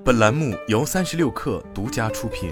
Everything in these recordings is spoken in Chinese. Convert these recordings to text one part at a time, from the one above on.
本栏目由36氪独家出品。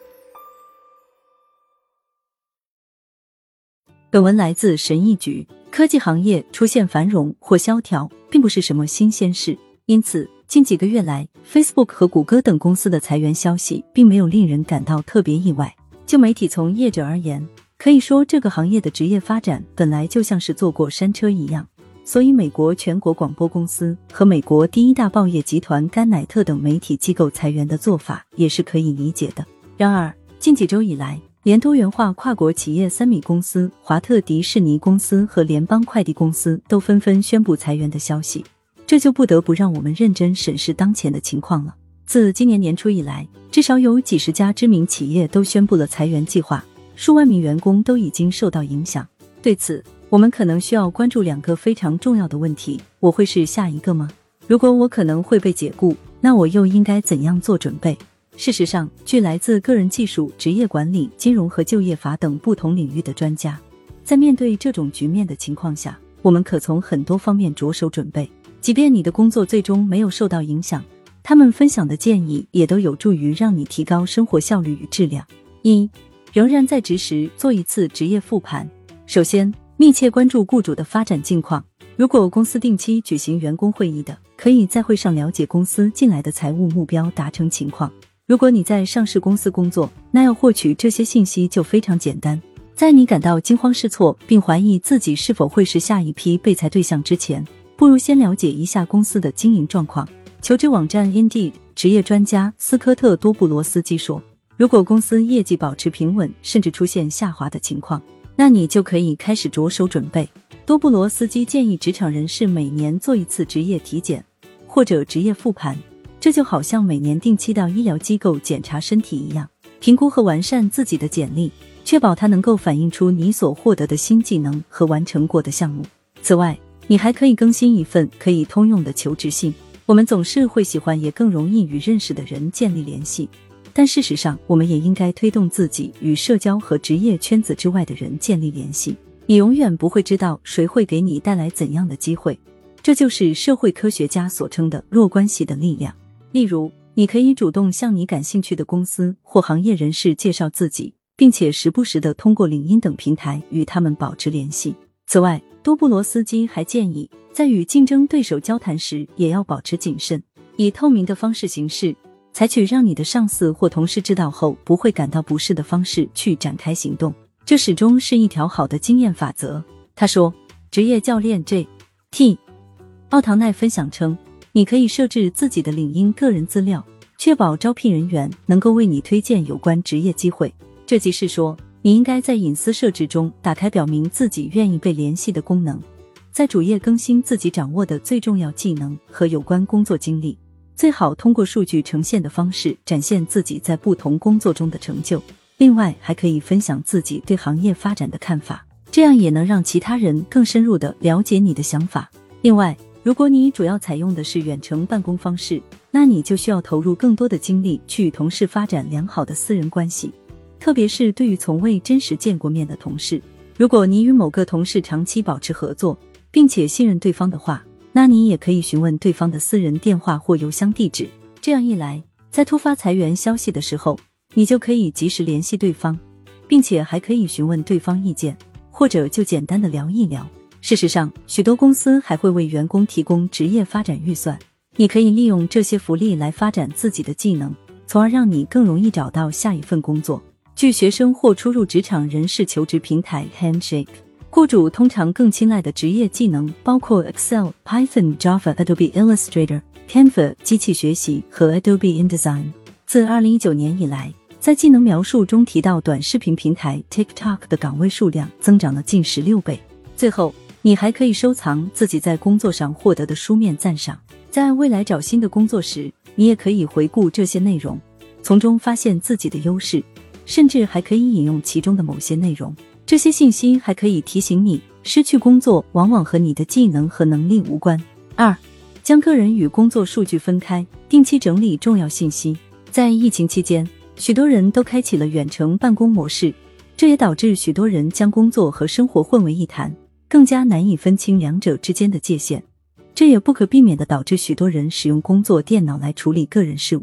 本文来自神译局。科技行业出现繁荣或萧条并不是什么新鲜事，因此近几个月来 Facebook 和谷歌等公司的裁员消息并没有令人感到特别意外。就媒体从业者而言，可以说这个行业的职业发展本来就像是坐过山车一样，所以美国全国广播公司和美国第一大报业集团甘乃特等媒体机构裁员的做法也是可以理解的。然而近几周以来，连多元化跨国企业3米公司、华特迪士尼公司和联邦快递公司都纷纷宣布裁员的消息，这就不得不让我们认真审视当前的情况了。自今年年初以来，至少有几十家知名企业都宣布了裁员计划，数万名员工都已经受到影响。对此，我们可能需要关注2个非常重要的问题：我会是下一个吗？如果我可能会被解雇，那我又应该怎样做准备？事实上，据来自个人技术、职业管理、金融和就业法等不同领域的专家，在面对这种局面的情况下，我们可从很多方面着手准备。即便你的工作最终没有受到影响，他们分享的建议也都有助于让你提高生活效率与质量。1. 仍然在职时做一次职业复盘。首先，密切关注雇主的发展近况。如果公司定期举行员工会议的，可以在会上了解公司近来的财务目标达成情况。如果你在上市公司工作，那要获取这些信息就非常简单。在你感到惊慌失措并怀疑自己是否会是下一批被裁对象之前，不如先了解一下公司的经营状况。求职网站 Indeed 职业专家斯科特·多布罗斯基说，如果公司业绩保持平稳，甚至出现下滑的情况，那你就可以开始着手准备。多布罗斯基建议职场人士每年做一次职业体检或者职业复盘，这就好像每年定期到医疗机构检查身体一样，评估和完善自己的简历，确保它能够反映出你所获得的新技能和完成过的项目。此外，你还可以更新一份可以通用的求职信。我们总是会喜欢也更容易与认识的人建立联系，但事实上，我们也应该推动自己与社交和职业圈子之外的人建立联系。你永远不会知道谁会给你带来怎样的机会，这就是社会科学家所称的弱关系的力量。例如，你可以主动向你感兴趣的公司或行业人士介绍自己，并且时不时地通过领英等平台与他们保持联系。此外，多布罗斯基还建议，在与竞争对手交谈时也要保持谨慎，以透明的方式行事，采取让你的上司或同事知道后不会感到不适的方式去展开行动。这始终是一条好的经验法则。他说，职业教练 J.T. 奥唐奈分享称，你可以设置自己的领英个人资料，确保招聘人员能够为你推荐有关职业机会。这即是说，你应该在隐私设置中打开表明自己愿意被联系的功能，在主页更新自己掌握的最重要技能和有关工作经历，最好通过数据呈现的方式展现自己在不同工作中的成就。另外，还可以分享自己对行业发展的看法，这样也能让其他人更深入地了解你的想法。另外，如果你主要采用的是远程办公方式，那你就需要投入更多的精力去与同事发展良好的私人关系，特别是对于从未真实见过面的同事。如果你与某个同事长期保持合作，并且信任对方的话，那你也可以询问对方的私人电话或邮箱地址。这样一来，在突发裁员消息的时候，你就可以及时联系对方，并且还可以询问对方意见，或者就简单的聊一聊。事实上，许多公司还会为员工提供职业发展预算，你可以利用这些福利来发展自己的技能，从而让你更容易找到下一份工作。据学生或初入职场人士求职平台 Handshake， 雇主通常更青睐的职业技能包括 Excel、Python、Java、Adobe Illustrator、Canva、机器学习和 Adobe InDesign。自2019年以来，在技能描述中提到短视频平台 TikTok 的岗位数量增长了近16倍。最后，你还可以收藏自己在工作上获得的书面赞赏，在未来找新的工作时，你也可以回顾这些内容，从中发现自己的优势，甚至还可以引用其中的某些内容。这些信息还可以提醒你，失去工作往往和你的技能和能力无关。2. 将个人与工作数据分开，定期整理重要信息。在疫情期间，许多人都开启了远程办公模式，这也导致许多人将工作和生活混为一谈，更加难以分清两者之间的界限。这也不可避免地导致许多人使用工作电脑来处理个人事务。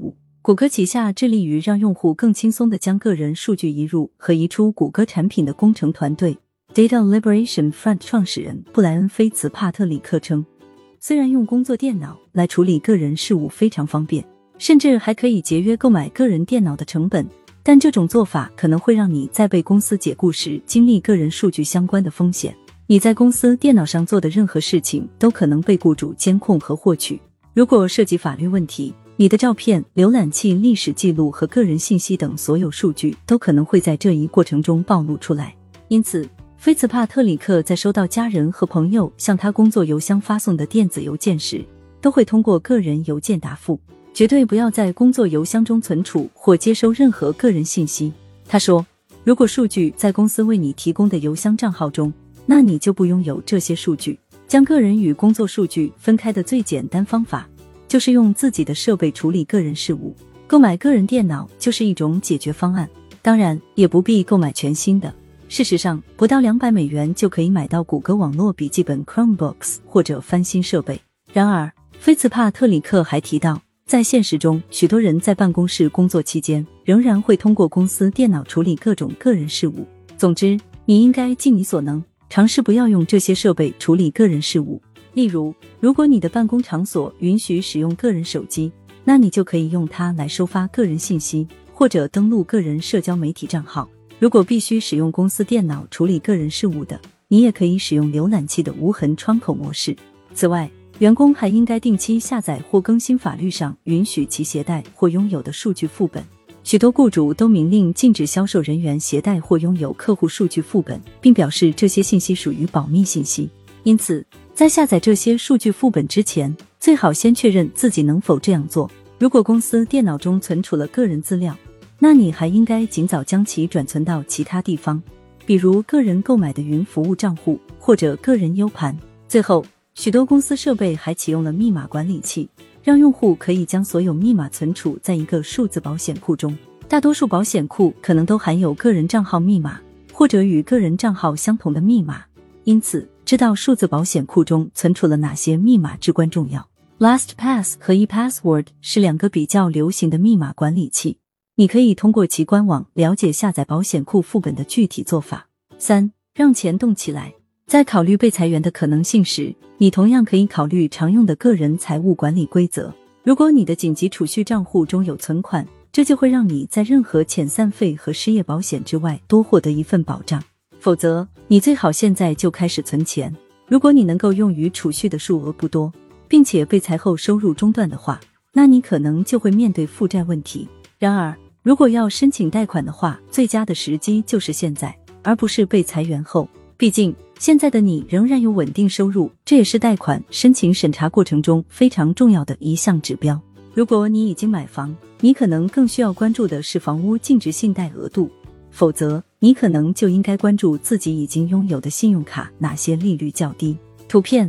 谷歌旗下致力于让用户更轻松地将个人数据移入和移出谷歌产品的工程团队 Data Liberation Front 创始人布莱恩·菲茨帕特里克称，虽然用工作电脑来处理个人事务非常方便，甚至还可以节约购买个人电脑的成本，但这种做法可能会让你在被公司解雇时经历个人数据相关的风险。你在公司电脑上做的任何事情都可能被雇主监控和获取。如果涉及法律问题，你的照片、浏览器历史记录和个人信息等所有数据都可能会在这一过程中暴露出来。因此，菲茨帕特里克在收到家人和朋友向他工作邮箱发送的电子邮件时，都会通过个人邮件答复。绝对不要在工作邮箱中存储或接收任何个人信息。他说，如果数据在公司为你提供的邮箱账号中，那你就不拥有这些数据。将个人与工作数据分开的最简单方法就是用自己的设备处理个人事务。购买个人电脑就是一种解决方案，当然也不必购买全新的。事实上，不到$200就可以买到谷歌网络笔记本 Chromebooks 或者翻新设备。然而，菲茨帕特里克还提到，在现实中，许多人在办公室工作期间仍然会通过公司电脑处理各种个人事务。总之，你应该尽你所能，尝试不要用这些设备处理个人事务。例如，如果你的办公场所允许使用个人手机，那你就可以用它来收发个人信息，或者登录个人社交媒体账号。如果必须使用公司电脑处理个人事务的，你也可以使用浏览器的无痕窗口模式。此外，员工还应该定期下载或更新法律上允许其携带或拥有的数据副本。许多雇主都明令禁止销售人员携带或拥有客户数据副本，并表示这些信息属于保密信息。因此，在下载这些数据副本之前，最好先确认自己能否这样做。如果公司电脑中存储了个人资料，那你还应该尽早将其转存到其他地方，比如个人购买的云服务账户或者个人 U 盘。最后，许多公司设备还启用了密码管理器，让用户可以将所有密码存储在一个数字保险库中。大多数保险库可能都含有个人账号密码，或者与个人账号相同的密码，因此知道数字保险库中存储了哪些密码至关重要。LastPass 和 ePassword 是两个比较流行的密码管理器，你可以通过其官网了解下载保险库副本的具体做法。3. 让钱动起来。在考虑被裁员的可能性时，你同样可以考虑常用的个人财务管理规则。如果你的紧急储蓄账户中有存款，这就会让你在任何遣散费和失业保险之外多获得一份保障。否则，你最好现在就开始存钱。如果你能够用于储蓄的数额不多，并且被裁后收入中断的话，那你可能就会面对负债问题。然而，如果要申请贷款的话，最佳的时机就是现在，而不是被裁员后。毕竟，现在的你仍然有稳定收入，这也是贷款申请审查过程中非常重要的一项指标。如果你已经买房，你可能更需要关注的是房屋净值信贷额度，否则你可能就应该关注自己已经拥有的信用卡哪些利率较低。图片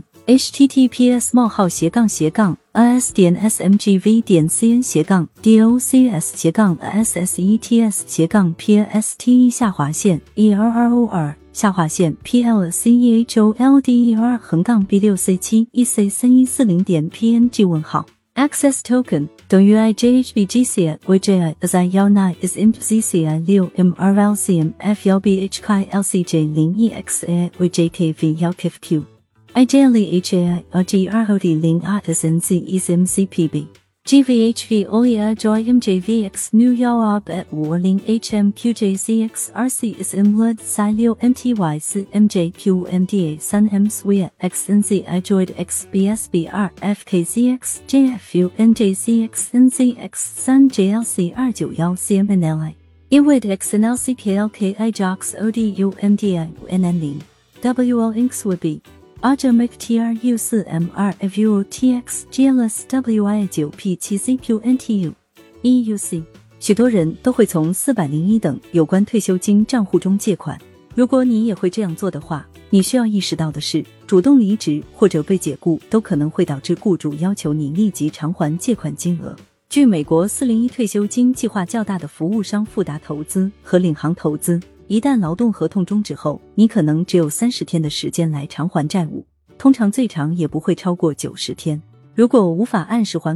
https://sdnsmgv.cn/p/str/b6c7ec314.png Access Token 等于 IJHBGCI WJI as I19 is IMPCCI 6MRLCM F1BHK LCJ01XA WJKV 1KFQ IJLE HAI RGRHOD 0RSNC ECMCPB GVHV OEI Joy MJVX New York at Warling HMQJCX RC SM LUD Psi 6 MTY 4 MJQMDA 3 M SWIA XNC iJoid XBSBR FKZX JFU NJCX NCX 3 JLC 291 CMNLI EWID XNLC KLK IJOX ODU MDI NN0 WL Inks would be Ajamic TRU4MRFUOTX GLSWI9P7CQNTU EUC 许多人都会从401等有关退休金账户中借款。如果你也会这样做的话，你需要意识到的是，主动离职或者被解雇都可能会导致雇主要求你立即偿还借款金额。据美国401退休金计划较大的服务商富达投资和领航投资，一旦劳动合同终止后，你可能只有30天的时间来偿还债务，通常最长也不会超过90天。如果无法按时还款，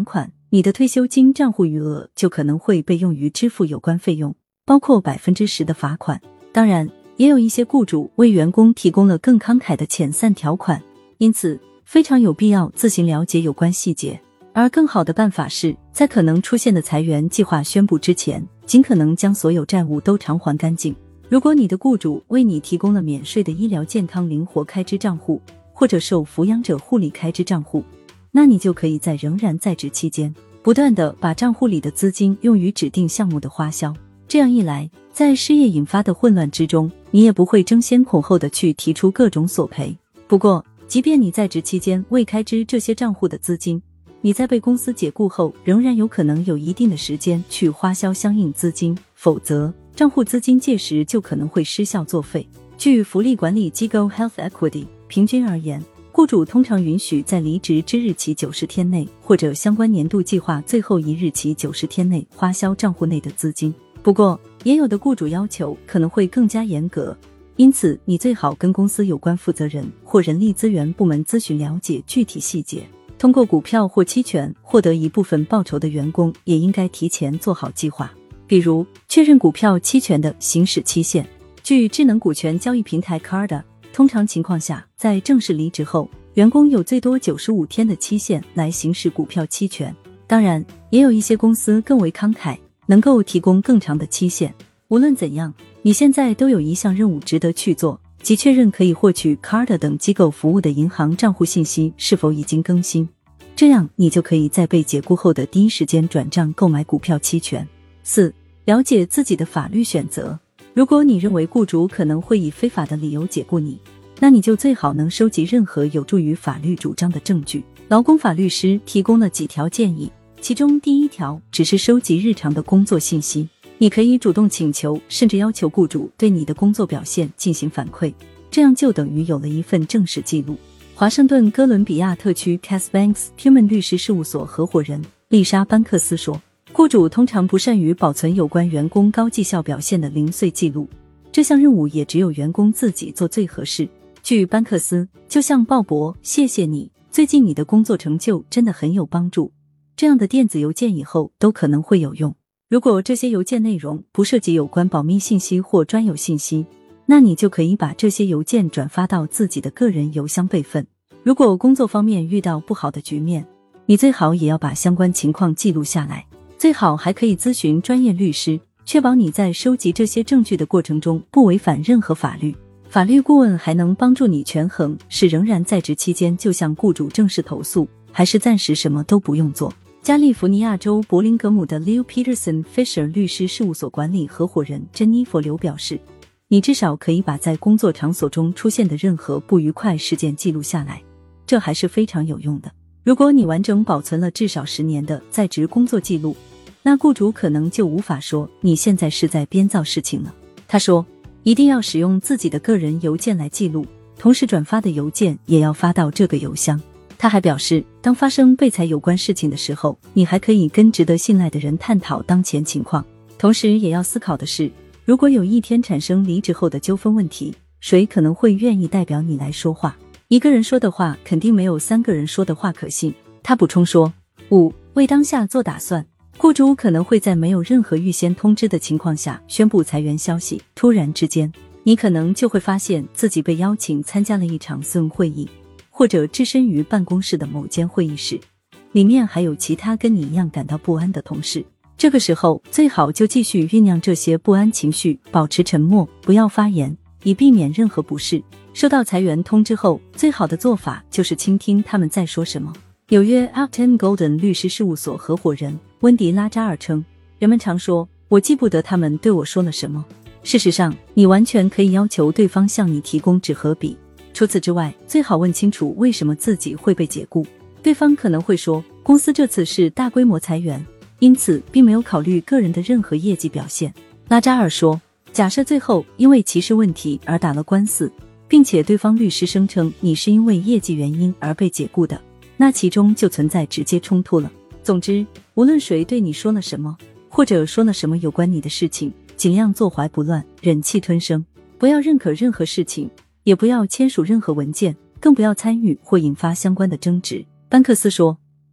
你的退休金账户余额就可能会被用于支付有关费用，包括 10% 的罚款。当然，也有一些雇主为员工提供了更慷慨的遣散条款，因此非常有必要自行了解有关细节。而更好的办法是，在可能出现的裁员计划宣布之前，尽可能将所有债务都偿还干净。如果你的雇主为你提供了免税的医疗健康灵活开支账户，或者受抚养者护理开支账户，那你就可以在仍然在职期间，不断地把账户里的资金用于指定项目的花销。这样一来，在失业引发的混乱之中，你也不会争先恐后地去提出各种索赔。不过，即便你在职期间未开支这些账户的资金，你在被公司解雇后仍然有可能有一定的时间去花销相应资金，否则账户资金届时就可能会失效作废。据福利管理机构 Health Equity 平均而言，雇主通常允许在离职之日起90天内，或者相关年度计划最后一日起90天内花销账户内的资金。不过，也有的雇主要求可能会更加严格，因此你最好跟公司有关负责人或人力资源部门咨询了解具体细节。通过股票或期权获得一部分报酬的员工也应该提前做好计划，比如确认股票期权的行使期限。据智能股权交易平台 Carta， 通常情况下，在正式离职后，员工有最多95天的期限来行使股票期权。当然，也有一些公司更为慷慨，能够提供更长的期限。无论怎样，你现在都有一项任务值得去做，即确认可以获取 Carta 等机构服务的银行账户信息是否已经更新，这样你就可以在被解雇后的第一时间转账购买股票期权。4. 了解自己的法律选择。如果你认为雇主可能会以非法的理由解雇你，那你就最好能收集任何有助于法律主张的证据。劳工法律师提供了几条建议，其中第一条只是收集日常的工作信息。你可以主动请求甚至要求雇主对你的工作表现进行反馈，这样就等于有了一份正式记录。华盛顿哥伦比亚特区 Cass Banks Human 律师事务所合伙人丽莎·班克斯说，雇主通常不善于保存有关员工高绩效表现的零碎记录，这项任务也只有员工自己做最合适。据班克斯，就像鲍勃，谢谢你，最近你的工作成就真的很有帮助，这样的电子邮件以后都可能会有用。如果这些邮件内容不涉及有关保密信息或专有信息，那你就可以把这些邮件转发到自己的个人邮箱备份。如果工作方面遇到不好的局面，你最好也要把相关情况记录下来，最好还可以咨询专业律师，确保你在收集这些证据的过程中不违反任何法律。法律顾问还能帮助你权衡是仍然在职期间就向雇主正式投诉，还是暂时什么都不用做。加利福尼亚州柏林格姆的 Leo Peterson Fisher 律师事务所管理合伙人珍妮佛刘表示，你至少可以把在工作场所中出现的任何不愉快事件记录下来，这还是非常有用的。如果你完整保存了至少10年的在职工作记录，那雇主可能就无法说你现在是在编造事情了。他说，一定要使用自己的个人邮件来记录，同时转发的邮件也要发到这个邮箱。他还表示，当发生被裁有关事情的时候，你还可以跟值得信赖的人探讨当前情况。同时也要思考的是，如果有一天产生离职后的纠纷问题，谁可能会愿意代表你来说话？一个人说的话肯定没有3个人说的话可信。他补充说， 5. 为当下做打算。雇主可能会在没有任何预先通知的情况下宣布裁员消息，突然之间，你可能就会发现自己被邀请参加了一场 Zoom 会议，或者置身于办公室的某间会议室，里面还有其他跟你一样感到不安的同事。这个时候最好就继续酝酿这些不安情绪，保持沉默，不要发言，以避免任何不适。收到裁员通知后，最好的做法就是倾听他们在说什么。纽约 Acton Golden 律师事务所合伙人温迪拉扎尔称，人们常说，我记不得他们对我说了什么。事实上，你完全可以要求对方向你提供纸和笔。除此之外，最好问清楚为什么自己会被解雇。对方可能会说，公司这次是大规模裁员，因此并没有考虑个人的任何业绩表现。拉扎尔说，假设最后因为歧视问题而打了官司，并且对方律师声称你是因为业绩原因而被解雇的，那其中就存在直接冲突了。总之，无论谁对你说了什么，或者说了什么有关你的事情，尽量坐怀不乱，忍气吞声，不要认可任何事情，也不要签署任何文件，更不要参与或引发相关的争执。班克斯说，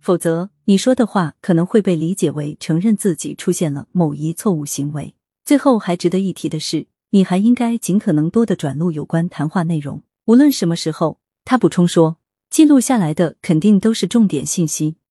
否则你说的话可能会被理解为承认自己出现了某一错误行为。最后还值得一提的是，你还应该尽可能多的转录有关谈话内容，无论什么时候。他补充说，记录下来的肯定都是重点信息，